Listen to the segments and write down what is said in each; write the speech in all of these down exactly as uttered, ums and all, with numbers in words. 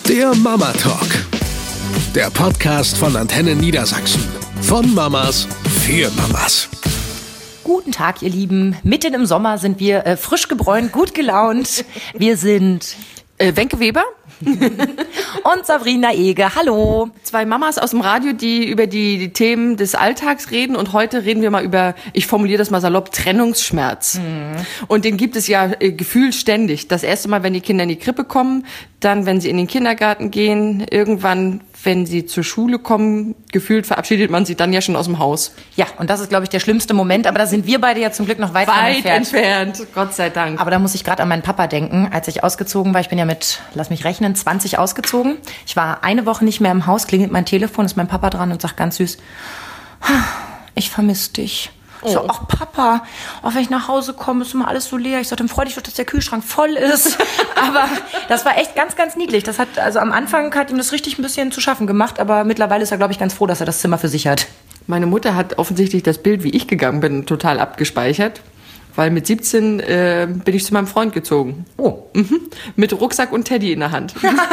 Der Mama Talk. Der Podcast von Antenne Niedersachsen. Von Mamas für Mamas. Guten Tag, ihr Lieben. Mitten im Sommer sind wir äh, frisch gebräunt, gut gelaunt. Wir sind äh, Wenke Weber und Sabrina Eger. Hallo. Zwei Mamas aus dem Radio, die über die, die Themen des Alltags reden. Und heute reden wir mal über, ich formuliere das mal salopp, Trennungsschmerz. Mhm. Und den gibt es ja äh, gefühlt ständig. Das erste Mal, wenn die Kinder in die Krippe kommen, dann, wenn sie in den Kindergarten gehen, irgendwann, wenn sie zur Schule kommen, gefühlt verabschiedet man sie dann ja schon aus dem Haus. Ja, und das ist, glaube ich, der schlimmste Moment. Aber da sind wir beide ja zum Glück noch weit, weit entfernt. entfernt. Gott sei Dank. Aber da muss ich gerade an meinen Papa denken, als ich ausgezogen war. Ich bin ja mit, lass mich rechnen, zwanzig ausgezogen. Ich war eine Woche nicht mehr im Haus, klingelt mein Telefon, ist mein Papa dran und sagt ganz süß, ich vermisse dich. Ich so, ach Papa, auch wenn ich nach Hause komme, ist immer alles so leer. Ich so, dann freu dich doch, dass der Kühlschrank voll ist. Aber das war echt ganz, ganz niedlich. Das hat, also am Anfang hat ihm das richtig ein bisschen zu schaffen gemacht, aber mittlerweile ist er, glaube ich, ganz froh, dass er das Zimmer für sich hat. Meine Mutter hat offensichtlich das Bild, wie ich gegangen bin, total abgespeichert. Weil mit siebzehn äh, bin ich zu meinem Freund gezogen. Oh. Mhm. Mit Rucksack und Teddy in der Hand.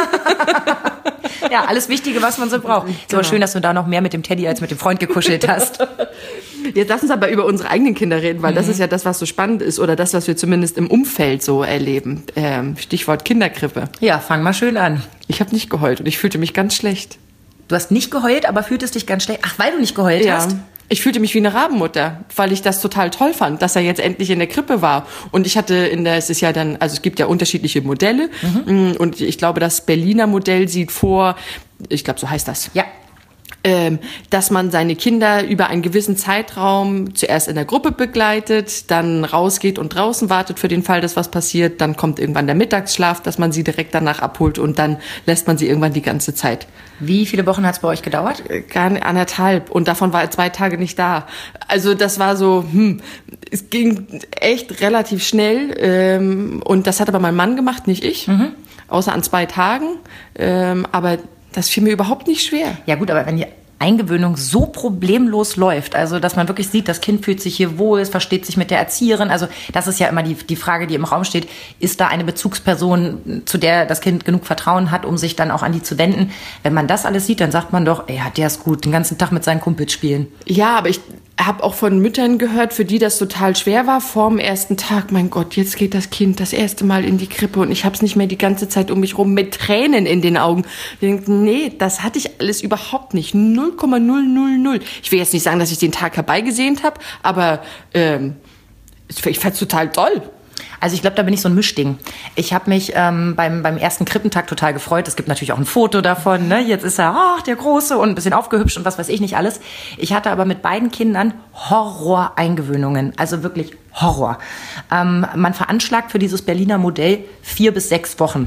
Ja, alles Wichtige, was man so braucht. Ist genau. Aber schön, dass du da noch mehr mit dem Teddy als mit dem Freund gekuschelt hast. Jetzt lass uns aber über unsere eigenen Kinder reden, weil mhm. das ist ja das, was so spannend ist oder das, was wir zumindest im Umfeld so erleben. Ähm, Stichwort Kinderkrippe. Ja, fang mal schön an. Ich habe nicht geheult und ich fühlte mich ganz schlecht. Du hast nicht geheult, aber fühltest dich ganz schlecht. Ach, weil du nicht geheult ja. hast? Ich fühlte mich wie eine Rabenmutter, weil ich das total toll fand, dass er jetzt endlich in der Krippe war. Und ich hatte in der, es ist ja dann, also es gibt ja unterschiedliche Modelle. Mhm. Und ich glaube, das Berliner Modell sieht vor, ich glaube, so heißt das. Ja. Ähm, dass man seine Kinder über einen gewissen Zeitraum zuerst in der Gruppe begleitet, dann rausgeht und draußen wartet für den Fall, dass was passiert. Dann kommt irgendwann der Mittagsschlaf, dass man sie direkt danach abholt und dann lässt man sie irgendwann die ganze Zeit. Wie viele Wochen hat es bei euch gedauert? Gar nicht, anderthalb. Und davon war er zwei Tage nicht da. Also das war so, hm, es ging echt relativ schnell. Ähm, und das hat aber mein Mann gemacht, nicht ich. Mhm. Außer an zwei Tagen. Ähm, aber das fiel mir überhaupt nicht schwer. Ja gut, aber wenn die Eingewöhnung so problemlos läuft, also dass man wirklich sieht, das Kind fühlt sich hier wohl, es versteht sich mit der Erzieherin, also das ist ja immer die, die Frage, die im Raum steht, ist da eine Bezugsperson, zu der das Kind genug Vertrauen hat, um sich dann auch an die zu wenden? Wenn man das alles sieht, dann sagt man doch, ey, ja, der ist gut, den ganzen Tag mit seinen Kumpels spielen. Ja, aber ich habe auch von Müttern gehört, für die das total schwer war vorm ersten Tag. Mein Gott, jetzt geht das Kind das erste Mal in die Krippe und ich habe es nicht mehr die ganze Zeit um mich rum mit Tränen in den Augen. Ich denke, nee, das hatte ich alles überhaupt nicht. null Komma null null null. Ich will jetzt nicht sagen, dass ich den Tag herbeigesehnt habe, aber ähm, ich fand es total toll. Also ich glaube, da bin ich so ein Mischding. Ich habe mich ähm, beim, beim ersten Krippentag total gefreut. Es gibt natürlich auch ein Foto davon. Ne? Jetzt ist er, ach, der Große und ein bisschen aufgehübscht und was weiß ich nicht alles. Ich hatte aber mit beiden Kindern Horror-Eingewöhnungen. Also wirklich Horror. Ähm, man veranschlagt für dieses Berliner Modell vier bis sechs Wochen.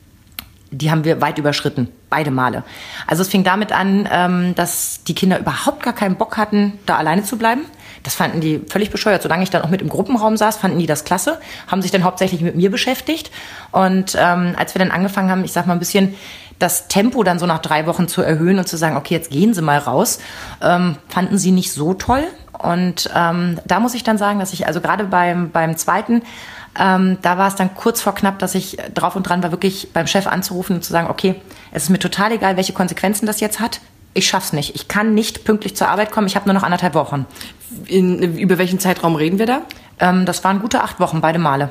Die haben wir weit überschritten, beide Male. Also es fing damit an, ähm, dass die Kinder überhaupt gar keinen Bock hatten, da alleine zu bleiben. Das fanden die völlig bescheuert. Solange ich dann auch mit im Gruppenraum saß, fanden die das klasse, haben sich dann hauptsächlich mit mir beschäftigt. Und ähm, als wir dann angefangen haben, ich sag mal ein bisschen das Tempo dann so nach drei Wochen zu erhöhen und zu sagen, okay, jetzt gehen Sie mal raus, ähm, fanden sie nicht so toll. Und ähm, da muss ich dann sagen, dass ich also gerade beim, beim zweiten, ähm, da war es dann kurz vor knapp, dass ich drauf und dran war, wirklich beim Chef anzurufen und zu sagen, okay, es ist mir total egal, welche Konsequenzen das jetzt hat. Ich schaff's nicht. Ich kann nicht pünktlich zur Arbeit kommen. Ich habe nur noch anderthalb Wochen. In, über welchen Zeitraum reden wir da? Ähm, das waren gute acht Wochen, beide Male.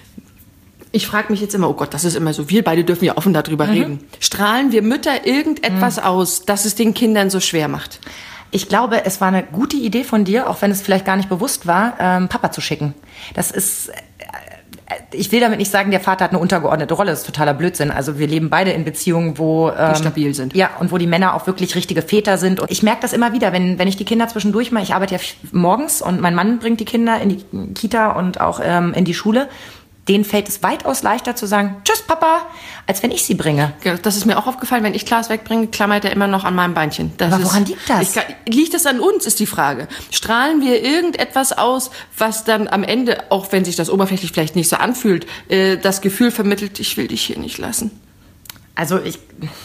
Ich frage mich jetzt immer, oh Gott, das ist immer so, wir beide dürfen ja offen darüber mhm. reden. Strahlen wir Mütter irgendetwas mhm. aus, das es den Kindern so schwer macht? Ich glaube, es war eine gute Idee von dir, auch wenn es vielleicht gar nicht bewusst war, ähm, Papa zu schicken. Das ist... Äh, Ich will damit nicht sagen, der Vater hat eine untergeordnete Rolle. Das ist totaler Blödsinn. Also wir leben beide in Beziehungen, wo ähm, die stabil sind. Ja, und wo die Männer auch wirklich richtige Väter sind. Und ich merke das immer wieder, wenn wenn ich die Kinder zwischendurch mal, ich arbeite ja morgens und mein Mann bringt die Kinder in die Kita und auch ähm, in die Schule. Denen fällt es weitaus leichter zu sagen, tschüss Papa, als wenn ich sie bringe. Ja, das ist mir auch aufgefallen, wenn ich Klaas wegbringe, klammert er immer noch an meinem Beinchen. Das Aber woran ist, liegt das? Ich, liegt das an uns, ist die Frage. Strahlen wir irgendetwas aus, was dann am Ende, auch wenn sich das oberflächlich vielleicht nicht so anfühlt, äh, das Gefühl vermittelt, ich will dich hier nicht lassen? Also ich...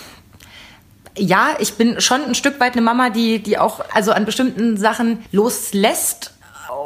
Ja, ich bin schon ein Stück weit eine Mama, die, die auch also an bestimmten Sachen loslässt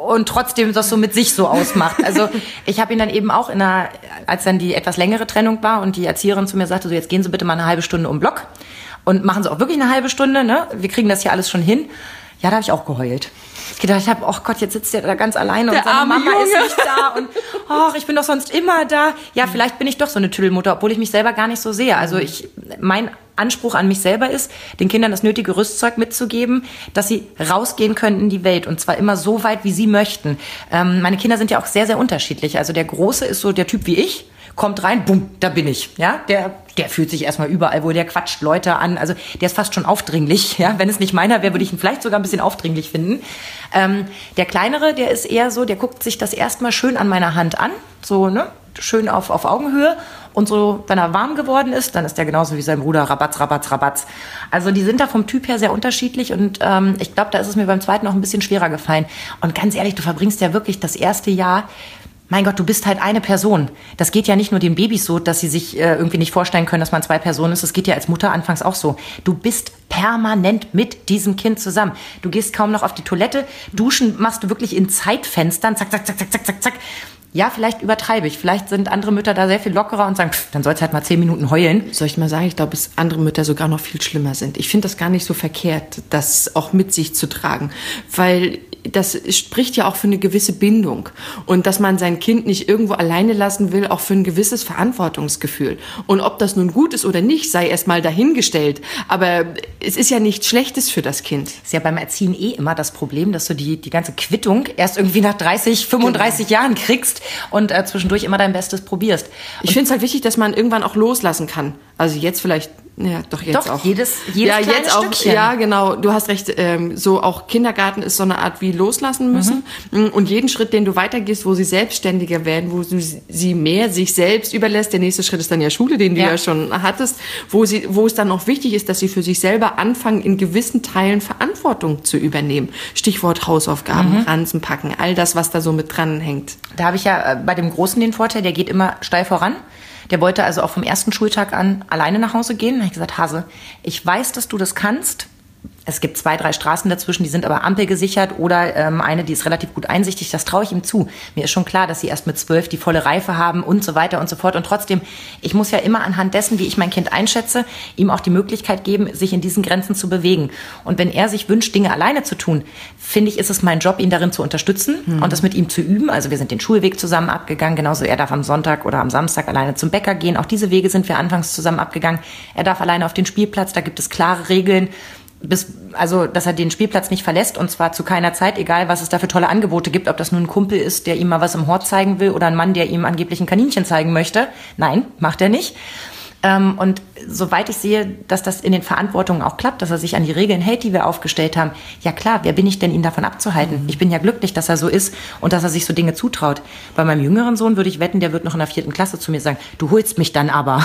und trotzdem das so mit sich so ausmacht. Also ich habe ihn dann eben auch in einer, als dann die etwas längere Trennung war und die Erzieherin zu mir sagte, so jetzt gehen Sie bitte mal eine halbe Stunde um den Block und machen Sie auch wirklich eine halbe Stunde, ne? Wir kriegen das hier alles schon hin. Ja, da habe ich auch geheult. Ich gedacht habe, oh Gott, jetzt sitzt der da ganz alleine der und seine Mama Junge. ist nicht da und oh, ich bin doch sonst immer da. Ja, vielleicht bin ich doch so eine Tüdelmutter, obwohl ich mich selber gar nicht so sehe. Also ich, mein Anspruch an mich selber ist, den Kindern das nötige Rüstzeug mitzugeben, dass sie rausgehen können in die Welt und zwar immer so weit, wie sie möchten. Ähm, meine Kinder sind ja auch sehr, sehr unterschiedlich. Also der Große ist so der Typ wie ich, kommt rein, bumm, da bin ich. Ja, der, der fühlt sich erstmal überall wohl, der quatscht Leute an. Also der ist fast schon aufdringlich. Ja, wenn es nicht meiner wäre, würde ich ihn vielleicht sogar ein bisschen aufdringlich finden. Ähm, der Kleinere, der ist eher so, der guckt sich das erstmal schön an meiner Hand an, so ne, schön auf auf Augenhöhe. Und so, wenn er warm geworden ist, dann ist der genauso wie sein Bruder, Rabatz, Rabatz, Rabatz. Also die sind da vom Typ her sehr unterschiedlich und ähm, ich glaube, da ist es mir beim zweiten auch ein bisschen schwerer gefallen. Und ganz ehrlich, du verbringst ja wirklich das erste Jahr, mein Gott, du bist halt eine Person. Das geht ja nicht nur den Babys so, dass sie sich äh, irgendwie nicht vorstellen können, dass man zwei Personen ist. Das geht ja als Mutter anfangs auch so. Du bist permanent mit diesem Kind zusammen. Du gehst kaum noch auf die Toilette. Duschen machst du wirklich in Zeitfenstern. Zack, zack, zack, zack, zack, zack, zack. Ja, vielleicht übertreibe ich. Vielleicht sind andere Mütter da sehr viel lockerer und sagen, pff, dann soll's halt mal zehn Minuten heulen. Soll ich mal sagen, ich glaube, dass andere Mütter sogar noch viel schlimmer sind. Ich finde das gar nicht so verkehrt, das auch mit sich zu tragen. Weil das spricht ja auch für eine gewisse Bindung. Und dass man sein Kind nicht irgendwo alleine lassen will, auch für ein gewisses Verantwortungsgefühl. Und ob das nun gut ist oder nicht, sei erst mal dahingestellt. Aber es ist ja nichts Schlechtes für das Kind. Ist ja beim Erziehen eh immer das Problem, dass du die, die ganze Quittung erst irgendwie nach dreißig, fünfunddreißig genau. Jahren kriegst. Und äh, zwischendurch immer dein Bestes probierst. Und ich finde es halt wichtig, dass man irgendwann auch loslassen kann. Also jetzt vielleicht, ja, doch jetzt doch, auch. jedes, jedes ja, kleine jetzt auch, Stückchen. Ja, genau. Du hast recht. Ähm, so auch Kindergarten ist so eine Art wie loslassen müssen. Mhm. Und jeden Schritt, den du weitergehst, wo sie selbstständiger werden, wo du sie mehr sich selbst überlässt. Der nächste Schritt ist dann ja Schule, den du ja, ja schon hattest, wo sie, wo es dann auch wichtig ist, dass sie für sich selber anfangen, in gewissen Teilen Verantwortung zu übernehmen. Stichwort Hausaufgaben, mhm. Ranzen packen, all das, was da so mit dran hängt. Da habe ich ja bei dem Großen den Vorteil, der geht immer steil voran. Der wollte also auch vom ersten Schultag an alleine nach Hause gehen. Da habe ich gesagt, Hase, ich weiß, dass du das kannst. Es gibt zwei, drei Straßen dazwischen, die sind aber ampelgesichert oder ähm, eine, die ist relativ gut einsichtig. Das traue ich ihm zu. Mir ist schon klar, dass sie erst mit zwölf die volle Reife haben und so weiter und so fort. Und trotzdem, ich muss ja immer anhand dessen, wie ich mein Kind einschätze, ihm auch die Möglichkeit geben, sich in diesen Grenzen zu bewegen. Und wenn er sich wünscht, Dinge alleine zu tun, finde ich, ist es mein Job, ihn darin zu unterstützen mhm. und das mit ihm zu üben. Also wir sind den Schulweg zusammen abgegangen. Genauso er darf am Sonntag oder am Samstag alleine zum Bäcker gehen. Auch diese Wege sind wir anfangs zusammen abgegangen. Er darf alleine auf den Spielplatz. Da gibt es klare Regeln. Bis, also, dass er den Spielplatz nicht verlässt und zwar zu keiner Zeit, egal was es da für tolle Angebote gibt, ob das nun ein Kumpel ist, der ihm mal was im Hort zeigen will oder ein Mann, der ihm angeblich ein Kaninchen zeigen möchte. Nein, macht er nicht. Ähm, und soweit ich sehe, dass das in den Verantwortungen auch klappt, dass er sich an die Regeln hält, die wir aufgestellt haben, ja klar, wer bin ich denn, ihn davon abzuhalten? Mhm. Ich bin ja glücklich, dass er so ist und dass er sich so Dinge zutraut. Bei meinem jüngeren Sohn würde ich wetten, der wird noch in der vierten Klasse zu mir sagen, du holst mich dann aber.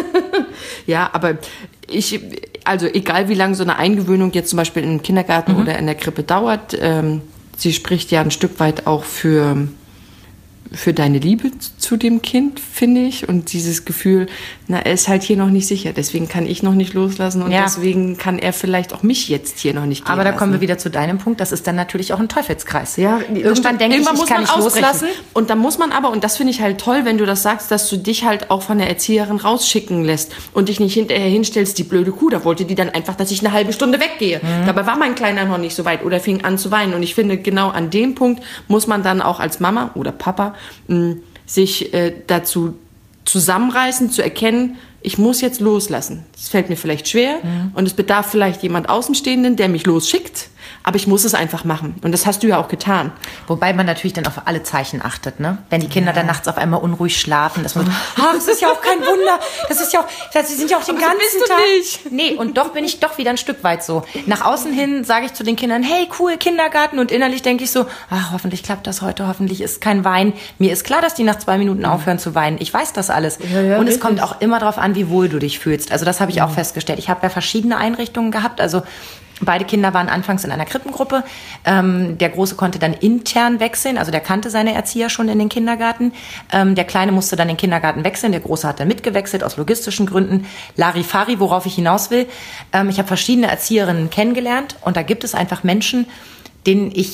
Ja, aber ich, also egal wie lange so eine Eingewöhnung jetzt zum Beispiel im Kindergarten mhm. oder in der Krippe dauert, ähm, sie spricht ja ein Stück weit auch für, für deine Liebe zu dem Kind, finde ich. Und dieses Gefühl, na, er ist halt hier noch nicht sicher, deswegen kann ich noch nicht loslassen und ja. deswegen kann er vielleicht auch mich jetzt hier noch nicht gehen Aber da lassen. kommen wir wieder zu deinem Punkt, das ist dann natürlich auch ein Teufelskreis. Ja, irgendwann denke ich, ich kann nicht loslassen. Und dann muss man aber, und das finde ich halt toll, wenn du das sagst, dass du dich halt auch von der Erzieherin rausschicken lässt und dich nicht hinterher hinstellst, die blöde Kuh, da wollte die dann einfach, dass ich eine halbe Stunde weggehe. Mhm. Dabei war mein Kleiner noch nicht so weit oder fing an zu weinen. Und ich finde, genau an dem Punkt muss man dann auch als Mama oder Papa mh, sich äh, dazu zusammenreißen, zu erkennen, ich muss jetzt loslassen. Das fällt mir vielleicht schwer mhm. und es bedarf vielleicht jemand Außenstehenden, der mich losschickt, aber ich muss es einfach machen. Und das hast du ja auch getan. Wobei man natürlich dann auf alle Zeichen achtet, ne? Wenn die Kinder ja. dann nachts auf einmal unruhig schlafen, dass man so, ah, das ist ja auch kein Wunder. Das ist ja auch, sie sind ja auch den aber ganzen so bist Tag. Du nicht. Nee, und doch bin ich doch wieder ein Stück weit so. Nach außen hin sage ich zu den Kindern, hey, cool, Kindergarten. Und innerlich denke ich so, ach, hoffentlich klappt das heute, hoffentlich ist kein Wein. Mir ist klar, dass die nach zwei Minuten aufhören zu weinen. Ich weiß das alles. Ja, ja, und es richtig. kommt auch immer darauf an, wie wohl du dich fühlst. Also das habe ich mhm. auch festgestellt. Ich habe ja verschiedene Einrichtungen gehabt, also beide Kinder waren anfangs in einer Krippengruppe. Ähm, der Große konnte dann intern wechseln, also der kannte seine Erzieher schon in den Kindergarten. Ähm, der Kleine musste dann den Kindergarten wechseln, der Große hat dann mitgewechselt aus logistischen Gründen. Larifari, worauf ich hinaus will. Ähm, ich habe verschiedene Erzieherinnen kennengelernt und da gibt es einfach Menschen, denen ich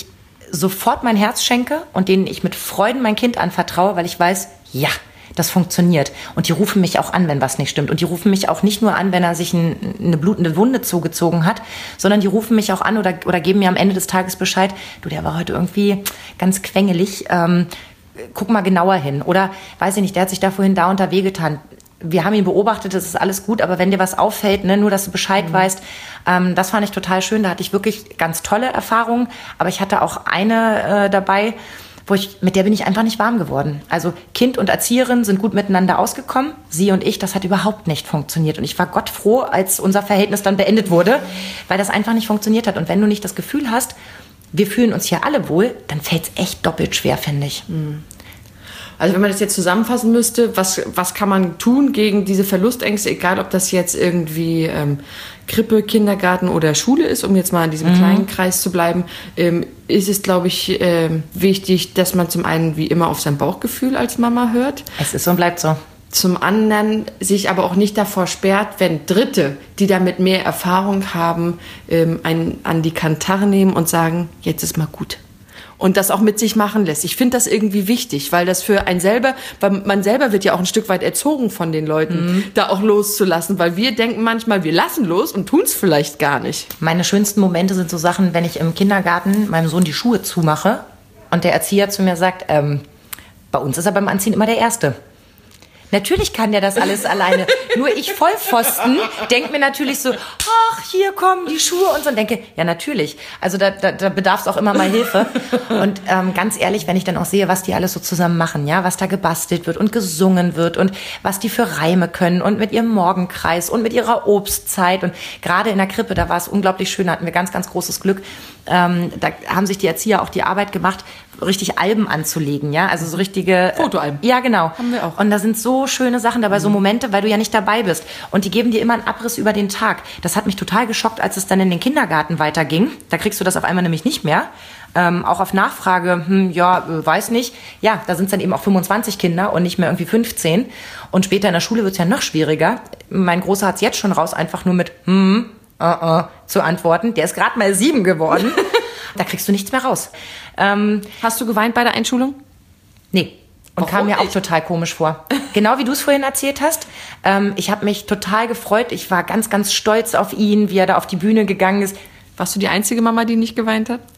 sofort mein Herz schenke und denen ich mit Freuden mein Kind anvertraue, weil ich weiß, ja, das funktioniert. Und die rufen mich auch an, wenn was nicht stimmt. Und die rufen mich auch nicht nur an, wenn er sich ein, eine blutende Wunde zugezogen hat, sondern die rufen mich auch an oder, oder geben mir am Ende des Tages Bescheid, du, der war heute irgendwie ganz quengelig, ähm, guck mal genauer hin. Oder, weiß ich nicht, der hat sich da vorhin da und da wehgetan. Wir haben ihn beobachtet, das ist alles gut, aber wenn dir was auffällt, ne, nur dass du Bescheid mhm. weißt, ähm, das fand ich total schön. Da hatte ich wirklich ganz tolle Erfahrungen, aber ich hatte auch eine äh, dabei, wo ich, mit der bin ich einfach nicht warm geworden. Also Kind und Erzieherin sind gut miteinander ausgekommen, sie und ich, das hat überhaupt nicht funktioniert. Und ich war Gott froh, als unser Verhältnis dann beendet wurde, weil das einfach nicht funktioniert hat. Und wenn du nicht das Gefühl hast, wir fühlen uns hier alle wohl, dann fällt es echt doppelt schwer, finde ich. Mhm. Also wenn man das jetzt zusammenfassen müsste, was, was kann man tun gegen diese Verlustängste, egal ob das jetzt irgendwie ähm, Krippe, Kindergarten oder Schule ist, um jetzt mal in diesem mhm. kleinen Kreis zu bleiben, ähm, ist es, glaube ich, ähm, wichtig, dass man zum einen wie immer auf sein Bauchgefühl als Mama hört. Es ist so und bleibt so. Zum anderen sich aber auch nicht davor sperrt, wenn Dritte, die damit mehr Erfahrung haben, ähm, einen an die Kantare nehmen und sagen, jetzt ist mal gut. Und das auch mit sich machen lässt. Ich finde das irgendwie wichtig, weil das für einen selber, weil man selber wird ja auch ein Stück weit erzogen von den Leuten, mhm. da auch loszulassen, weil wir denken manchmal, wir lassen los und tun es vielleicht gar nicht. Meine schönsten Momente sind so Sachen, wenn ich im Kindergarten meinem Sohn die Schuhe zumache und der Erzieher zu mir sagt, ähm, bei uns ist er beim Anziehen immer der Erste. Natürlich kann der das alles alleine. Nur ich Vollpfosten denke mir natürlich so, ach, hier kommen die Schuhe und so. Und denke, ja, natürlich. Also da, da, da bedarf es auch immer mal Hilfe. Und ähm, ganz ehrlich, wenn ich dann auch sehe, was die alles so zusammen machen, ja, was da gebastelt wird und gesungen wird und was die für Reime können und mit ihrem Morgenkreis und mit ihrer Obstzeit. Und gerade in der Krippe, da war es unglaublich schön, da hatten wir ganz, ganz großes Glück. Ähm, da haben sich die Erzieher auch die Arbeit gemacht, richtig Alben anzulegen, ja, also so richtige Fotoalben. Ja, genau. Haben wir auch. Und da sind so schöne Sachen dabei, so Momente, weil du ja nicht dabei bist. Und die geben dir immer einen Abriss über den Tag. Das hat mich total geschockt, als es dann in den Kindergarten weiterging. Da kriegst du das auf einmal nämlich nicht mehr. Ähm, auch auf Nachfrage, hm, ja, äh, weiß nicht. Ja, da sind es dann eben auch fünfundzwanzig Kinder und nicht mehr irgendwie fünfzehn. Und später in der Schule wird es ja noch schwieriger. Mein Großer hat es jetzt schon raus, einfach nur mit hm, uh, uh, zu antworten. Der ist gerade mal sieben geworden. Da kriegst du nichts mehr raus. Ähm, Hast du geweint bei der Einschulung? Nee. Und Warum kam mir auch nicht? total komisch vor. Genau wie du es vorhin erzählt hast. Ähm, ich habe mich total gefreut. Ich war ganz, ganz stolz auf ihn, wie er da auf die Bühne gegangen ist. Warst du die einzige Mama, die nicht geweint hat?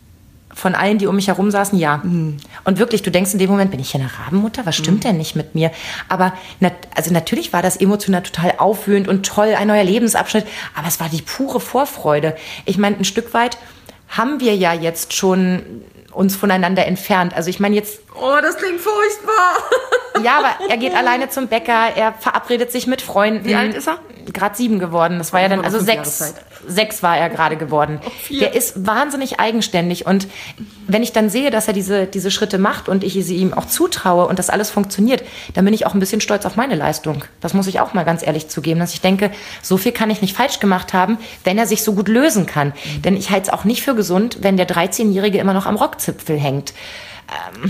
Von allen, die um mich herum saßen, ja. Mhm. Und wirklich, du denkst in dem Moment, bin ich hier eine Rabenmutter? Was stimmt mhm. denn nicht mit mir? Aber nat- also natürlich war das emotional total aufwühlend und toll, ein neuer Lebensabschnitt. Aber es war die pure Vorfreude. Ich meine, ein Stück weit haben wir ja jetzt schon uns voneinander entfernt. Also ich meine jetzt... Oh, das klingt furchtbar. Ja, aber er geht alleine zum Bäcker, er verabredet sich mit Freunden. Wie alt ist er? Gerade sieben geworden. Das war ja dann, also sechs, sechs war er gerade geworden. Oh, vier. Der ist wahnsinnig eigenständig. Und wenn ich dann sehe, dass er diese, diese Schritte macht und ich sie ihm auch zutraue und das alles funktioniert, dann bin ich auch ein bisschen stolz auf meine Leistung. Das muss ich auch mal ganz ehrlich zugeben, dass ich denke, so viel kann ich nicht falsch gemacht haben, wenn er sich so gut lösen kann. Mhm. Denn ich halte es auch nicht für gesund, wenn der dreizehnjährige immer noch am Rockzipfel hängt. Ähm...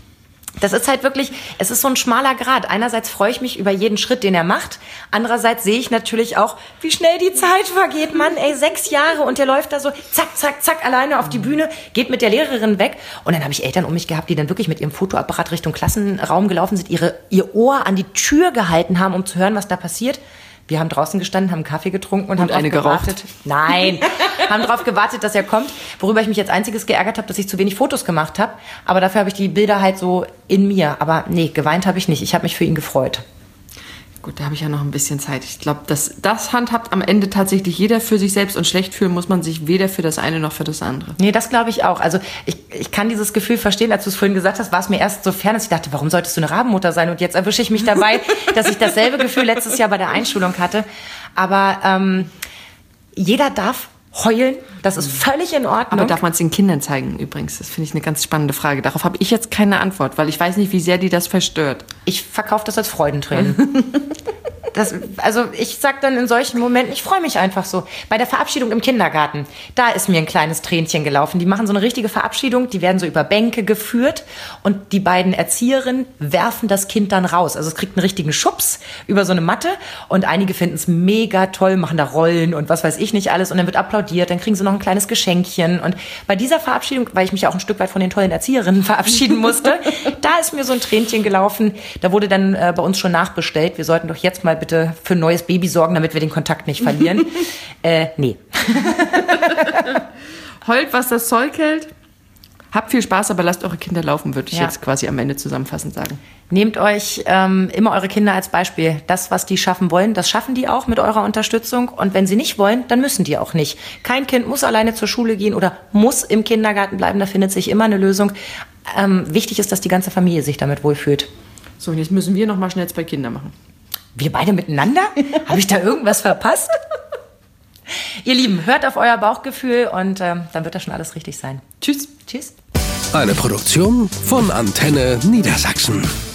Das ist halt wirklich, es ist so ein schmaler Grat. Einerseits freue ich mich über jeden Schritt, den er macht. Andererseits sehe ich natürlich auch, wie schnell die Zeit vergeht. Mann, ey, sechs Jahre und der läuft da so zack, zack, zack alleine auf die Bühne, geht mit der Lehrerin weg. Und dann habe ich Eltern um mich gehabt, die dann wirklich mit ihrem Fotoapparat Richtung Klassenraum gelaufen sind, ihre, ihr Ohr an die Tür gehalten haben, um zu hören, was da passiert. Wir haben draußen gestanden, haben Kaffee getrunken und, und haben eine drauf gewartet. Geraucht. Nein, haben darauf gewartet, dass er kommt. Worüber ich mich jetzt einziges geärgert habe, dass ich zu wenig Fotos gemacht habe. Aber dafür habe ich die Bilder halt so in mir. Aber nee, geweint habe ich nicht. Ich habe mich für ihn gefreut. Gut, da habe ich ja noch ein bisschen Zeit. Ich glaube, das, das handhabt am Ende tatsächlich jeder für sich selbst und schlecht fühlen muss man sich weder für das eine noch für das andere. Nee, das glaube ich auch. Also ich, ich kann dieses Gefühl verstehen, als du es vorhin gesagt hast, war es mir erst so fern, dass ich dachte, warum solltest du eine Rabenmutter sein? Und jetzt erwische ich mich dabei, dass ich dasselbe Gefühl letztes Jahr bei der Einschulung hatte. Aber ähm, jeder darf heulen, das ist völlig in Ordnung. Aber darf man es den Kindern zeigen übrigens? Das finde ich eine ganz spannende Frage. Darauf habe ich jetzt keine Antwort, weil ich weiß nicht, wie sehr die das verstört. Ich verkaufe das als Freudentränen. Das, also ich sag dann in solchen Momenten, ich freue mich einfach so. Bei der Verabschiedung im Kindergarten, da ist mir ein kleines Tränchen gelaufen. Die machen so eine richtige Verabschiedung, die werden so über Bänke geführt und die beiden Erzieherinnen werfen das Kind dann raus. Also es kriegt einen richtigen Schubs über so eine Matte und einige finden es mega toll, machen da Rollen und was weiß ich nicht alles und dann wird applaudiert, dann kriegen sie noch ein kleines Geschenkchen. Und bei dieser Verabschiedung, weil ich mich auch ein Stück weit von den tollen Erzieherinnen verabschieden musste, da ist mir so ein Tränchen gelaufen. Da wurde dann äh, bei uns schon nachbestellt. Wir sollten doch jetzt mal bitte für ein neues Baby sorgen, damit wir den Kontakt nicht verlieren. äh, nee. Heult, was das Zeug hält. Habt viel Spaß, aber lasst eure Kinder laufen, würde ich Ja. jetzt quasi am Ende zusammenfassend sagen. Nehmt euch ähm, immer eure Kinder als Beispiel. Das, was die schaffen wollen, das schaffen die auch mit eurer Unterstützung. Und wenn sie nicht wollen, dann müssen die auch nicht. Kein Kind muss alleine zur Schule gehen oder muss im Kindergarten bleiben. Da findet sich immer eine Lösung. Ähm, wichtig ist, dass die ganze Familie sich damit wohlfühlt. So, und jetzt müssen wir noch mal schnell zwei Kinder machen. Wir beide miteinander? Habe ich da irgendwas verpasst? Ihr Lieben, hört auf euer Bauchgefühl und ähm, dann wird das schon alles richtig sein. Tschüss. Tschüss. Eine Produktion von Antenne Niedersachsen.